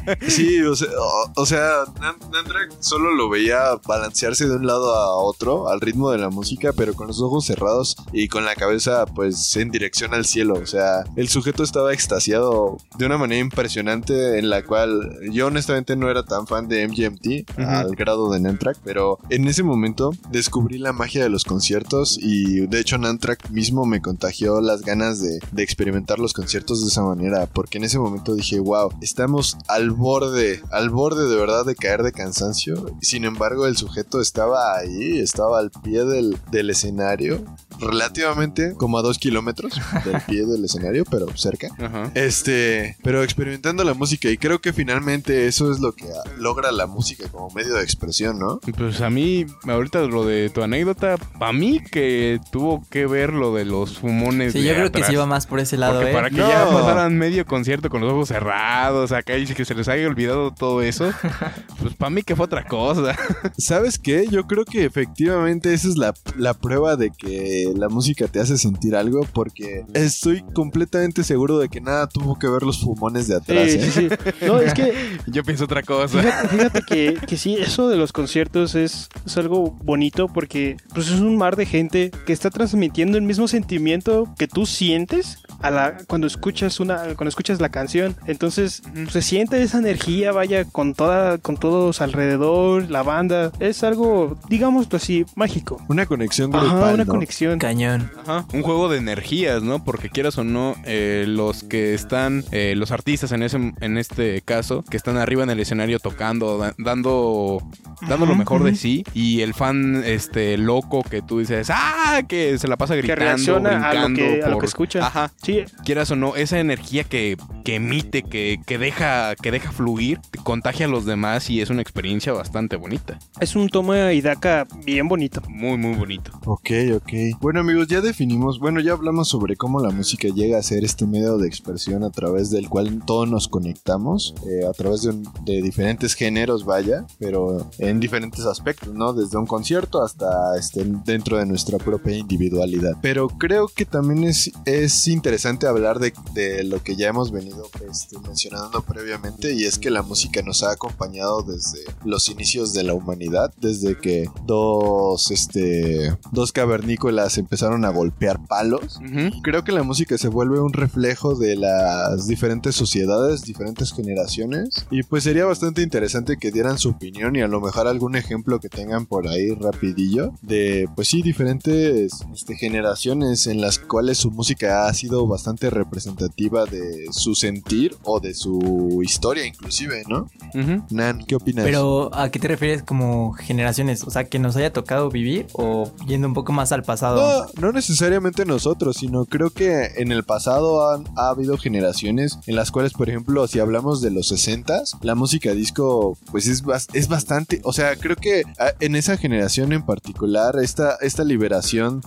Sí, o sea, o, o sea Nantrak solo lo veía balancearse de un lado a otro al ritmo de la música, pero con los ojos cerrados y con la cabeza pues en dirección al cielo. O sea, el sujeto estaba extasiado de una manera impresionante, en la cual yo honestamente no era tan fan de M G M T uh-huh. al grado de Nantrak, pero en ese momento descubrí la magia de los conciertos y de hecho Nantrak mismo me contagió las ganas de, de experimentar los conciertos de esa manera, porque en ese momento dije, wow, estamos al borde, al borde de verdad de caer de cansancio. Sin embargo, el sujeto estaba ahí, estaba al pie del, del escenario, relativamente como a dos kilómetros del pie del escenario, pero cerca. Uh-huh. Este, pero experimentando la música, y creo que finalmente eso es lo que logra la música como medio de expresión, ¿no? Pues a mí, ahorita lo de tu anécdota, para mí que tuvo que ver lo de los fumones. Sí, de yo creo atrás. que sí va más por ese lado, Porque ¿eh? para que no. ya pasaran medio concierto con los ojos cerrados, acá y que se les haya olvidado todo eso, pues para mí que fue otra cosa. ¿Sabes qué? Yo creo que efectivamente esa es la, la prueba de que la música te hace sentir algo, porque estoy completamente seguro de que nada tuvo que ver los fumones de atrás. Sí, ¿eh? sí, sí. No, es que... Yo pienso otra cosa. Fíjate, fíjate que, que sí, eso de los conciertos es, es algo bonito porque pues es un mar de gente que está transmitiendo el mismo sentimiento que tú sientes a la, cuando escuchas una cuando escuchas la canción. Entonces pues, se siente esa energía, vaya, con toda con todos alrededor, la banda. Es algo, digámoslo así, mágico. Una conexión grupal, Ajá, una ¿no? conexión. Cañón. Ajá. Un juego de energías, ¿no? Porque quieras o no, eh, los que están, eh, los artistas en ese, en este caso, que están arriba en el escenario tocando, da, dando, dando lo mejor de sí, y el fan, este, loco que tú dices, ¡ah! Que se la pasa gritando, Que reacciona brincando a lo que, por... a lo que escucha. Ajá. Sí. Quieras o no, esa energía que, que emite, que, que deja, que deja fluir, te contagia a los demás y es una experiencia bastante bonita. Es un toma y daca bien bonito. Muy, muy bonito. Ok, ok. Bueno, amigos, ya definimos, bueno, ya hablamos sobre cómo la música llega a ser este medio de expresión a través del cual todos nos conectamos, eh, a través de, un, de diferentes géneros, vaya, pero en diferentes aspectos, ¿no? Desde un concierto hasta este, dentro de nuestra propia individualidad. Pero creo que también es, es interesante hablar de, de lo que ya hemos venido este, mencionando previamente, y es que la música nos ha acompañado desde los inicios de la humanidad, desde que dos, este, dos cavernícolas empezaron a golpear palos. Uh-huh. Creo que la música se vuelve un reflejo de las diferentes sociedades, diferentes generaciones, y pues sería bastante interesante que dieran su opinión y a lo mejor algún ejemplo que tengan por ahí rapidillo de, pues sí, diferentes este, generaciones en las cuales su música ha sido bastante representativa de sus sentir o de su historia inclusive, ¿no? Ujú. Nan, ¿qué opinas? Pero, ¿a qué te refieres como generaciones? O sea, que nos haya tocado vivir o yendo un poco más al pasado. No, no necesariamente nosotros, sino creo que en el pasado han, ha habido generaciones en las cuales, por ejemplo, si hablamos de los sesentas, la música disco, pues es, bas- es bastante, o sea, creo que ah, en esa generación en particular, esta, esta liberación,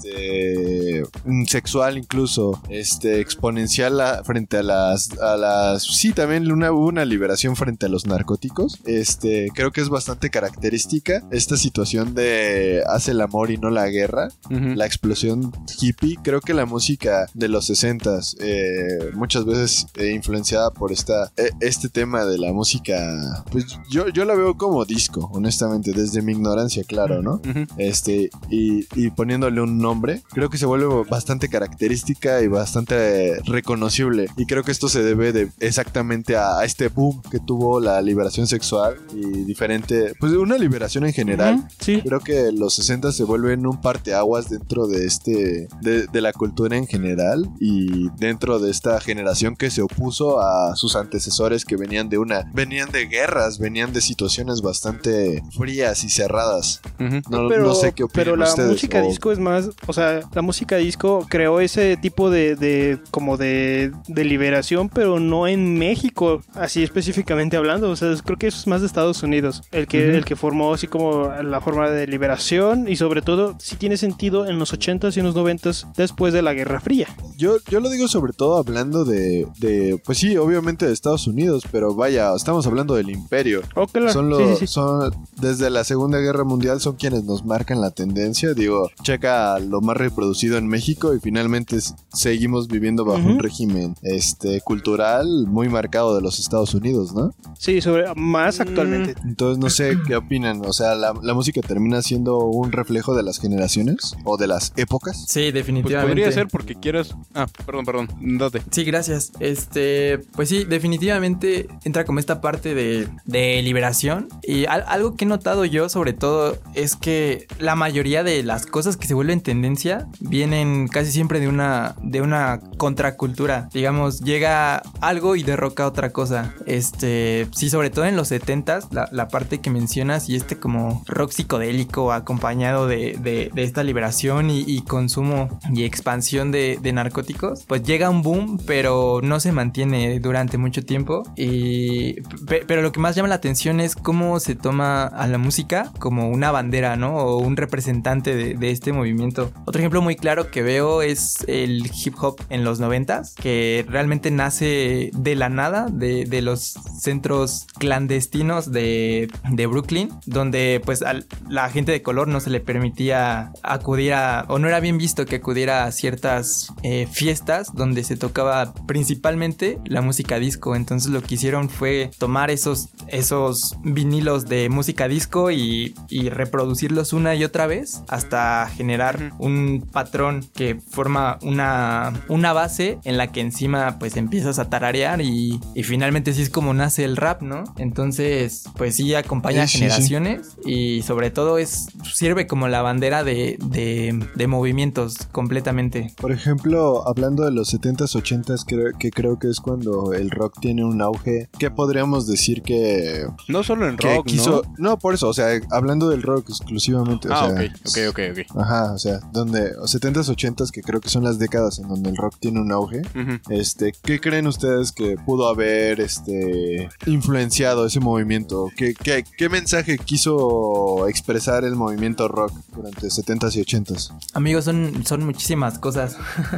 este, mm, sexual incluso, este, exponencial a- frente a las, a las, sí, también una, hubo una liberación frente a los narcóticos, este, creo que es bastante característica esta situación de hace el amor y no la guerra, Ujú. la explosión hippie. Creo que la música de los sesentas, eh, muchas veces eh, influenciada por esta, eh, este tema de la música, pues yo, yo la veo como disco, honestamente, desde mi ignorancia, claro, ¿no? Ujú. Este, y, y poniéndole un nombre, creo que se vuelve bastante característica y bastante reconocible. Y creo que esto se debe de exactamente a, a este boom que tuvo la liberación sexual y diferente, pues una liberación en general. Ujú, sí. Creo que los sesenta se vuelven un parteaguas dentro de este de, de la cultura en general y dentro de esta generación que se opuso a sus antecesores que venían de una venían de guerras, venían de situaciones bastante frías y cerradas. Ujú. No, pero, no sé qué opinan pero la ustedes. música o- disco es más, o sea, la música disco creó ese tipo de, de como de, de liberación, pero no en México, así específicamente hablando, o sea, creo que eso es más de Estados Unidos, el que, Ujú. el que formó así como la forma de liberación y sobre todo si tiene sentido en los ochentas y en los noventas después de la Guerra Fría. Yo, yo lo digo sobre todo hablando de, de, pues sí, obviamente de Estados Unidos, pero vaya, estamos hablando del imperio. Oh, claro. Son los, Sí, sí, sí. son desde la Segunda Guerra Mundial son quienes nos marcan la tendencia. Digo, checa lo más reproducido en México y finalmente s- seguimos viviendo bajo Ujú. un régimen este cultural muy marcado de los Estados Unidos, ¿no? Sí, sobre, más actualmente. Entonces no sé qué opinan. O sea, la, la música termina siendo un reflejo de las generaciones o de las épocas. Sí, Pues definitivamente. podría ser porque quieras. Ah, perdón, perdón. Date. Sí, gracias. Este, pues sí, definitivamente entra como esta parte de, de liberación. Y al- algo que he notado yo, sobre todo, es que la mayoría de las cosas que se vuelven tendencia vienen casi siempre de una, de una contracultura. Digamos, llega algo y derroca otra cosa. Este, sí, sobre todo en los setentas, la, la parte que mencionas y este como rock psicodélico acompañado de, de, de esta liberación y, y consumo y expansión de, de narcóticos, pues llega un boom, pero no se mantiene durante mucho tiempo. Y, pe- pero lo que más llama la atención es cómo se toma a la música como una bandera, ¿no? O un representante de, de este movimiento. Otro ejemplo muy claro que veo es el hip hop en los noventas, que realmente nace de la nada, de, de los centros clandestinos de, de Brooklyn, donde pues a la gente de color no se le permitía acudir a, o no era bien visto que acudiera a ciertas eh, fiestas donde se tocaba principalmente la música disco. Entonces lo que hicieron fue tomar esos, esos vinilos de música disco y, y reproducirlos una y otra vez hasta generar un patrón que forma una, una base en la que encima pues empiezas a tararear y, y finalmente así es como nace el rap, ¿no? Entonces pues sí acompaña Sí, sí, sí. generaciones y sobre todo es sirve como la bandera de, de, de movimientos completamente. Por ejemplo, hablando de los setentas, ochentas, creo, que creo que es cuando el rock tiene un auge. ¿Qué podríamos decir que, No solo en que rock, quiso? ¿no? No, por eso, o sea, hablando del rock exclusivamente. O Ah, sea, ok, ok, ok, ok. Ajá, o sea, donde setentas, ochentas, que creo que son las décadas en donde el rock tiene un auge. Ujú. Este, ¿qué creen ustedes que pudo haber este influenciado ese movimiento? ¿Qué, qué, qué mensaje quiso expresar el movimiento rock durante setentas y ochentas? Amigos, son, son muchísimas cosas.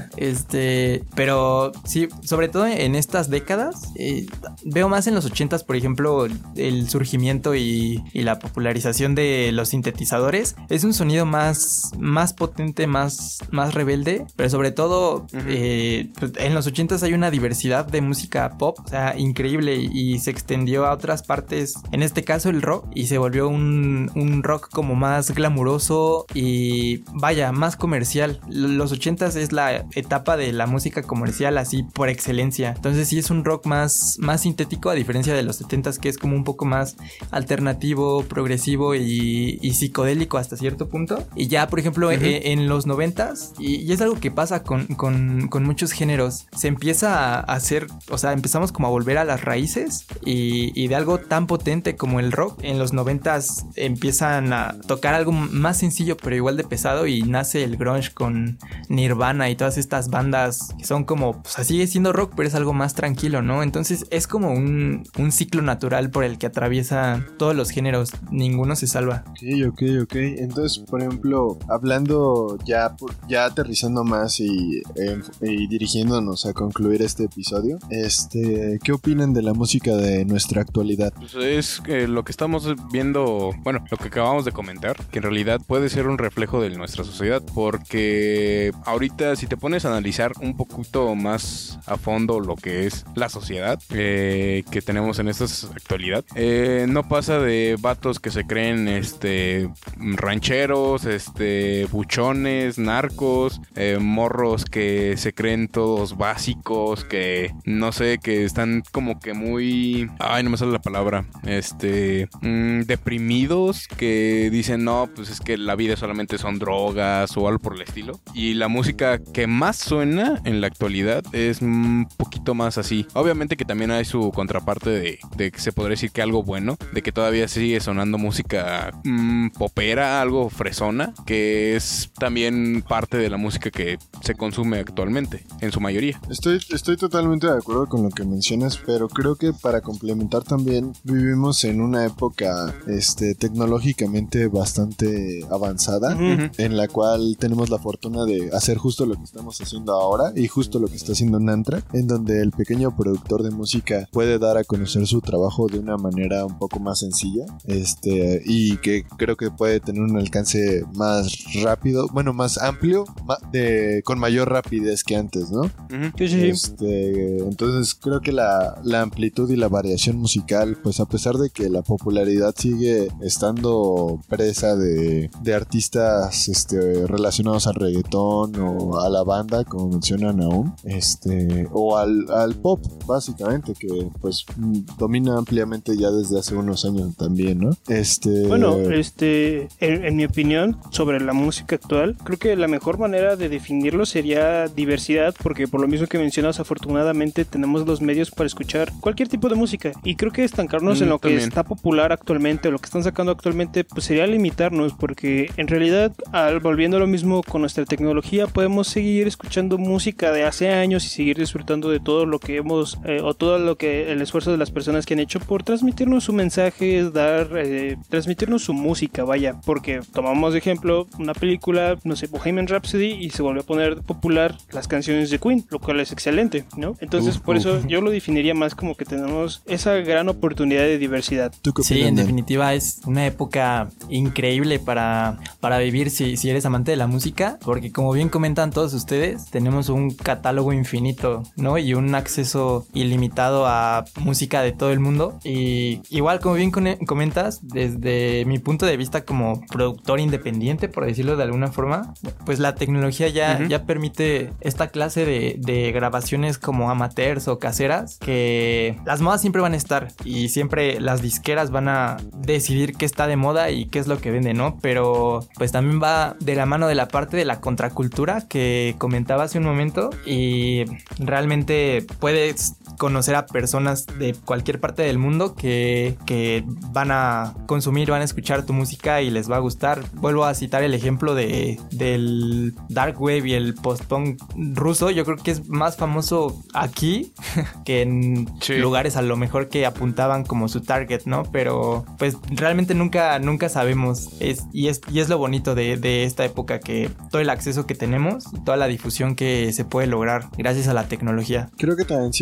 este, pero sí, sobre todo en estas décadas, eh, veo más en los ochentas, por ejemplo, el surgimiento y, y la popularización de los sintetizadores. Es un sonido más, más potente, más, más rebelde, pero sobre todo Ujú. eh, pues, en los ochentas hay una diversidad de música pop, o sea, increíble, y se extendió a otras partes, en este caso el rock, y se volvió un, un rock como más glamuroso y vaya, más comercial. Los ochentas es la etapa etapa de la música comercial así por excelencia. Entonces sí es un rock más, más sintético, a diferencia de los setentas, que es como un poco más alternativo, progresivo y, y psicodélico hasta cierto punto. Y ya, por ejemplo, uh-huh. eh, en los noventas, y, y es algo que pasa con, con, con muchos géneros, se empieza a hacer, o sea, empezamos como a volver a las raíces y, y de algo tan potente como el rock. En los noventas empiezan a tocar algo más sencillo pero igual de pesado y nace el grunge con Nirvana y todas estas bandas que son como, pues sigue siendo rock pero es algo más tranquilo, ¿no? Entonces es como un, un ciclo natural por el que atraviesa todos los géneros, ninguno se salva. Ok, ok, ok. Entonces, por ejemplo, hablando ya, ya aterrizando más y, eh, y dirigiéndonos a concluir este episodio, este, ¿qué opinan de la música de nuestra actualidad? Pues es eh, lo que estamos viendo, bueno, lo que acabamos de comentar, que en realidad puede ser un reflejo de nuestra sociedad, porque ahorita si te pones a analizar un poquito más a fondo lo que es la sociedad eh, que tenemos en esta actualidad, eh, no pasa de vatos que se creen este rancheros, este buchones, narcos, eh, morros que se creen todos básicos, que no sé, que están como que muy, ay, no me sale la palabra, este mmm, deprimidos, que dicen no, pues es que la vida solamente son drogas o algo por el estilo. Y la música que más suena en la actualidad es un poquito más así. Obviamente que también hay su contraparte de, de que se podría decir que algo bueno, de que todavía sigue sonando música mmm, popera, algo fresona, que es también parte de la música que se consume actualmente, en su mayoría. Estoy, estoy totalmente de acuerdo con lo que mencionas, pero creo que para complementar también vivimos en una época este, tecnológicamente bastante avanzada, uh-huh. en la cual tenemos la fortuna de hacer justo lo que estamos haciendo ahora y justo lo que está haciendo Nantra, en donde el pequeño productor de música puede dar a conocer su trabajo de una manera un poco más sencilla, este, y que creo que puede tener un alcance más rápido, bueno, más amplio, de, con mayor rapidez que antes, ¿no? Uh-huh. Sí, sí. Este, entonces creo que la, la amplitud y la variación musical, pues a pesar de que la popularidad sigue estando presa de, de artistas este, relacionados al reggaetón o a la banda, como mencionan aún, este, o al, al pop, básicamente, que pues domina ampliamente ya desde hace unos años también, ¿no? Este... Bueno, este, en, en mi opinión sobre la música actual, creo que la mejor manera de definirlo sería diversidad, porque por lo mismo que mencionas, afortunadamente tenemos los medios para escuchar cualquier tipo de música, y creo que estancarnos mm, en lo también. que está popular actualmente, o lo que están sacando actualmente, pues sería limitarnos, porque en realidad, al, volviendo a lo mismo con nuestra tecnología, podemos seguir escuchando música de hace años y seguir disfrutando de todo lo que hemos, eh, o todo lo que, el esfuerzo de las personas que han hecho por transmitirnos su mensaje, dar, eh, transmitirnos su música, vaya, porque tomamos de ejemplo una película, no sé, Bohemian Rhapsody, y se volvió a poner popular las canciones de Queen, lo cual es excelente, ¿no? Entonces, uf, por uf. eso yo lo definiría más como que tenemos esa gran oportunidad de diversidad. Sí, en definitiva es una época increíble para, para vivir si, si eres amante de la música, porque como bien comentan todos ustedes, tenemos un catálogo infinito, ¿no? Y un acceso ilimitado a música de todo el mundo. Y igual, como bien comentas, desde mi punto de vista como productor independiente, por decirlo de alguna forma, pues la tecnología ya, uh-huh. ya permite esta clase de, de grabaciones como amateurs o caseras, que las modas siempre van a estar y siempre las disqueras van a decidir qué está de moda y qué es lo que vende, ¿no? Pero pues también va de la mano de la parte de la contracultura que comentaba hace un momento, y realmente puedes conocer a personas de cualquier parte del mundo que, que van a consumir, van a escuchar tu música y les va a gustar. Vuelvo a citar el ejemplo de del dark wave y el post-punk ruso. Yo creo que es más famoso aquí que en sí. lugares a lo mejor que apuntaban como su target, ¿no? Pero pues realmente nunca, nunca sabemos. Es, y, es, y es lo bonito de, de esta época, que todo el acceso que tenemos, toda la difusión que se puede lograr gracias a la tecnología. Creo que también sí es importante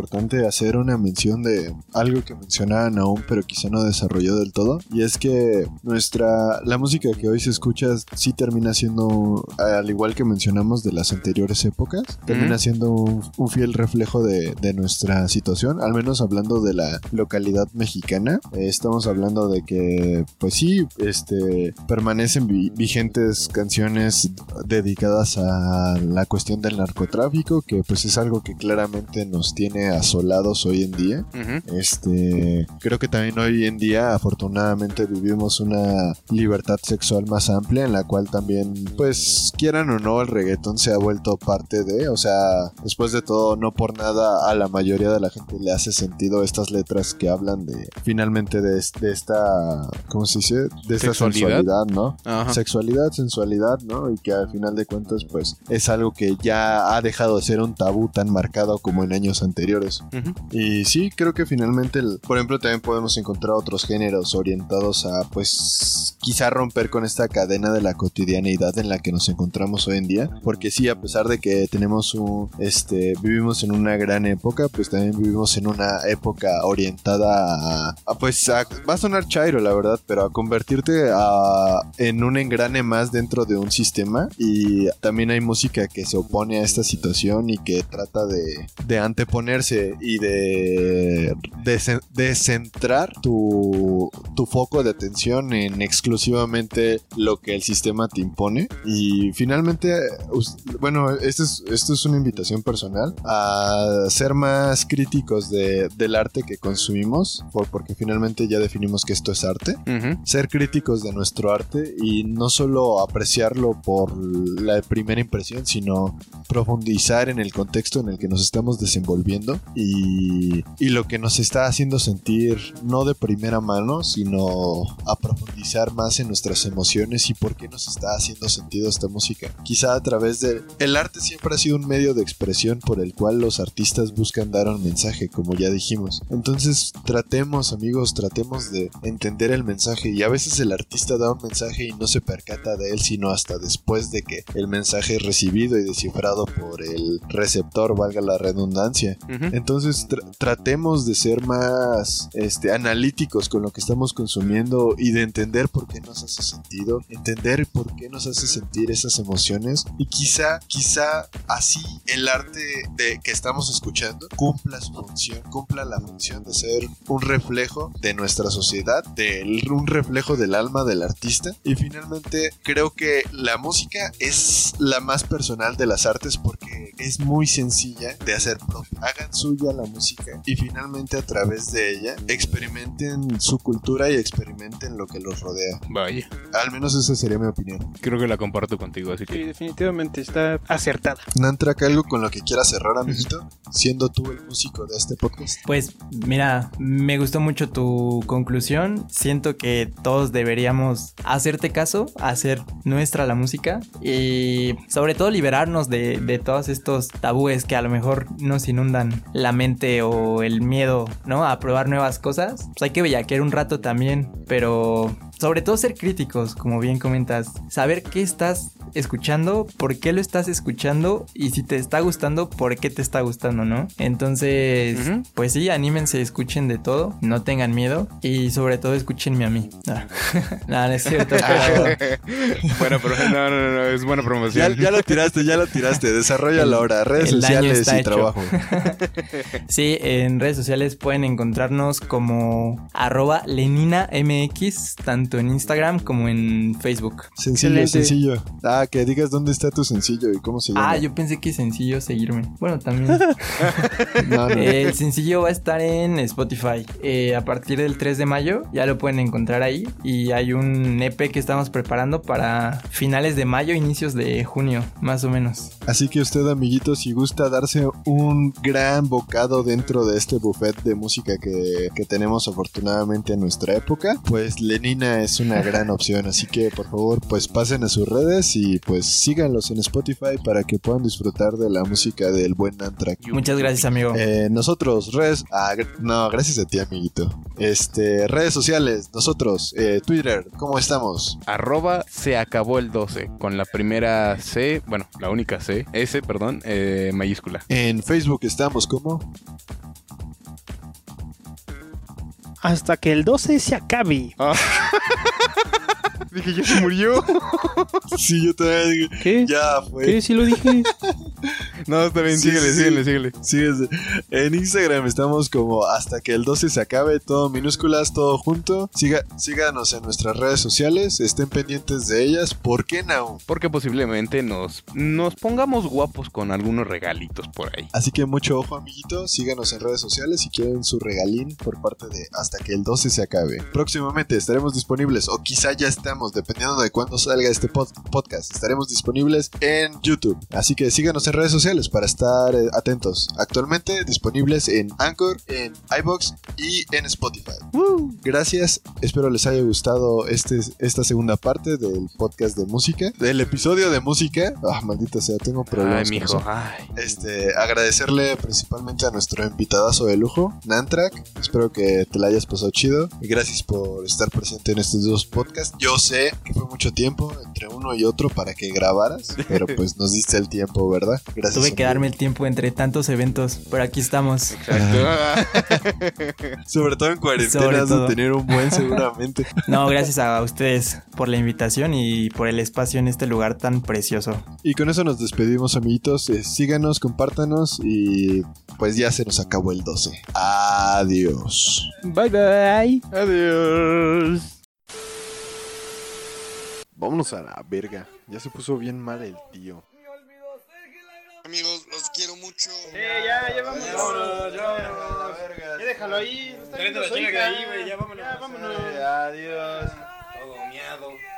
importante hacer una mención de algo que mencionaban aún, pero quizá no desarrolló del todo. Y es que nuestra, la música que hoy se escucha sí termina siendo, al igual que mencionamos de las anteriores épocas, termina siendo un, un fiel reflejo de, de nuestra situación, al menos hablando de la localidad mexicana. Eh, estamos hablando de que, pues sí, este, permanecen vi- vigentes canciones dedicadas a la cuestión del narcotráfico, que pues es algo que claramente nos tiene asolados hoy en día. Uh-huh. Este, creo que también hoy en día afortunadamente vivimos una libertad sexual más amplia, en la cual también, pues quieran o no, el reggaetón se ha vuelto parte de, o sea, después de todo, no por nada a la mayoría de la gente le hace sentido estas letras que hablan de, finalmente de, de esta, ¿cómo se dice? De esta ¿Sexualidad? sensualidad, ¿no? Ajá. Sexualidad, sensualidad, ¿no? Y que al final de cuentas, pues, es algo que ya ha dejado de ser un tabú tan marcado como en años anteriores. Uh-huh. Y sí, creo que finalmente, el, por ejemplo, también podemos encontrar otros géneros orientados a, pues, quizá romper con esta cadena de la cotidianeidad en la que nos encontramos hoy en día. Porque sí, a pesar de que tenemos un, este, vivimos en una gran época, pues también vivimos en una época orientada a, a pues, a, va a sonar chairo, la verdad, pero a convertirte a, en un engrane más dentro de un sistema. Y también hay música que se opone a esta situación y que trata de, de anteponerse y de, de, de centrar tu, tu foco de atención en exclusivamente lo que el sistema te impone. Y finalmente, bueno, esto es, esto es una invitación personal a ser más críticos de, del arte que consumimos, por, porque finalmente ya definimos que esto es arte. Uh-huh. Ser críticos de nuestro arte y no solo apreciarlo por la primera impresión, sino profundizar en el contexto en el que nos estamos desenvolviendo y, y lo que nos está haciendo sentir, no de primera mano, sino a profundizar más en nuestras emociones y por qué nos está haciendo sentido esta música. Quizá a través de... El arte siempre ha sido un medio de expresión por el cual los artistas buscan dar un mensaje, como ya dijimos. Entonces tratemos, amigos, tratemos de entender el mensaje, y a veces el artista da un mensaje y no se percata de él sino hasta después de que el mensaje es recibido y descifrado por el receptor, valga la redundancia. Uh-huh. Entonces tr- tratemos de ser más este, analíticos con lo que estamos consumiendo y de entender por qué nos hace sentido, entender por qué nos hace sentir esas emociones, y quizá, quizá así el arte de que estamos escuchando cumpla su función, cumpla la función de ser un reflejo de nuestra sociedad, de un reflejo del alma del artista. Y finalmente creo que la música es la más personal de las artes porque es muy sencilla de hacer propia. Hagan suya la música y finalmente a través de ella experimenten su cultura y experimenten lo que los rodea. Vaya. Al menos esa sería mi opinión. Creo que la comparto contigo, así Sí, que... definitivamente está acertada. Nantrak, ¿algo con lo que quieras cerrar, amiguito? Siendo tú el músico de este podcast. Pues mira, me gustó mucho tu conclusión. Siento que todos deberíamos hacerte caso, hacer nuestra la música y sobre todo liberarnos de, de todos estos tabúes que a lo mejor nos inundan la mente o el miedo, ¿no? A probar nuevas cosas. Pues hay que bellaquear un rato también, pero sobre todo ser críticos, como bien comentas. Saber qué estás escuchando, por qué lo estás escuchando y si te está gustando, por qué te está gustando, ¿no? Entonces, uh-huh. pues sí, anímense, escuchen de todo, no tengan miedo y sobre todo escúchenme a mí. Ah. No, no es cierto, pero... Bueno, pero no, no, no, es buena promoción. Ya, ya lo tiraste, ya lo tiraste. Desarrollalo ahora. Redes sociales y hecho. Trabajo. Sí, en redes sociales pueden encontrarnos como arroba leninamx, tanto en Instagram como en Facebook. Sencillo, Excelente. sencillo. Ah, que digas dónde está tu sencillo y cómo se llama. Ah, yo pensé que sencillo seguirme. Bueno, también. No, no. El sencillo va a estar en Spotify eh, a partir del tres de mayo. Ya lo pueden encontrar ahí. Y hay un E P que estamos preparando para finales de mayo, inicios de junio, más o menos. Así que usted, amiguito, si gusta darse un gran bocado dentro de este buffet de música que, que tenemos afortunadamente en nuestra época, pues Lenina es una gran opción. Así que por favor, pues pasen a sus redes y pues síganlos en Spotify para que puedan disfrutar de la música del buen Nantrak. Muchas gracias, amigo. Eh, nosotros, redes... Ah, gr- no, gracias a ti, amiguito. Este, redes sociales, nosotros, eh, Twitter, ¿cómo estamos? Arroba se acabó el doce, con la primera C, bueno, la única C, S, perdón, eh, mayúscula. En Facebook estamos como... hasta que el doce se acabe. Ah. Dije, ya se murió. Sí, yo también dije, ¿Qué? ya fue. ¿Qué? ¿Sí lo dije? No, está bien, Sí, síguele, sí, síguele, sí. síguele. Síguese. En Instagram estamos como hasta que el doce se acabe, todo minúsculas, todo junto. Siga, síganos en nuestras redes sociales, estén pendientes de ellas. ¿Por qué no? Porque posiblemente nos, nos pongamos guapos con algunos regalitos por ahí. Así que mucho ojo, amiguito. Síganos en redes sociales si quieren su regalín por parte de hasta que el doce se acabe. Próximamente estaremos disponibles, o quizá ya estamos, dependiendo de cuándo salga este pod- podcast. Estaremos disponibles en YouTube. Así que síganos en redes sociales para estar eh, atentos. Actualmente disponibles en Anchor, en iVoox y en Spotify. Uh, gracias. Espero les haya gustado este, esta segunda parte del podcast de música. Del episodio de música. Ah, maldita sea, tengo problemas. Ay, con mijo, eso. ay. Este, agradecerle principalmente a nuestro invitadazo de lujo, Nantrak. Espero que te la hayas pasado chido. Y gracias por estar presente en estos dos podcasts. Yo sé que fue mucho tiempo entre uno y otro para que grabaras, pero pues nos diste el tiempo, ¿verdad? Gracias. Tuve que amigo. darme el tiempo entre tantos eventos, pero aquí estamos. Exacto. Sobre todo en cuarentena Sobre has de todo. tener un buen seguramente. No, gracias a ustedes por la invitación y por el espacio en este lugar tan precioso. Y con eso nos despedimos, amiguitos. Eh, síganos, compártanos y pues ya se nos acabó el doce. Adiós. Bye, bye. Adiós. Vámonos a la verga. Ya se puso bien mal el tío. Amigos, los quiero mucho. Eh, ya, ya vámonos. Vámonos, ya vámonos. Ya déjalo ahí. Está viendo su hija. Ya vámonos. Ya vámonos. Adiós. Todo miado.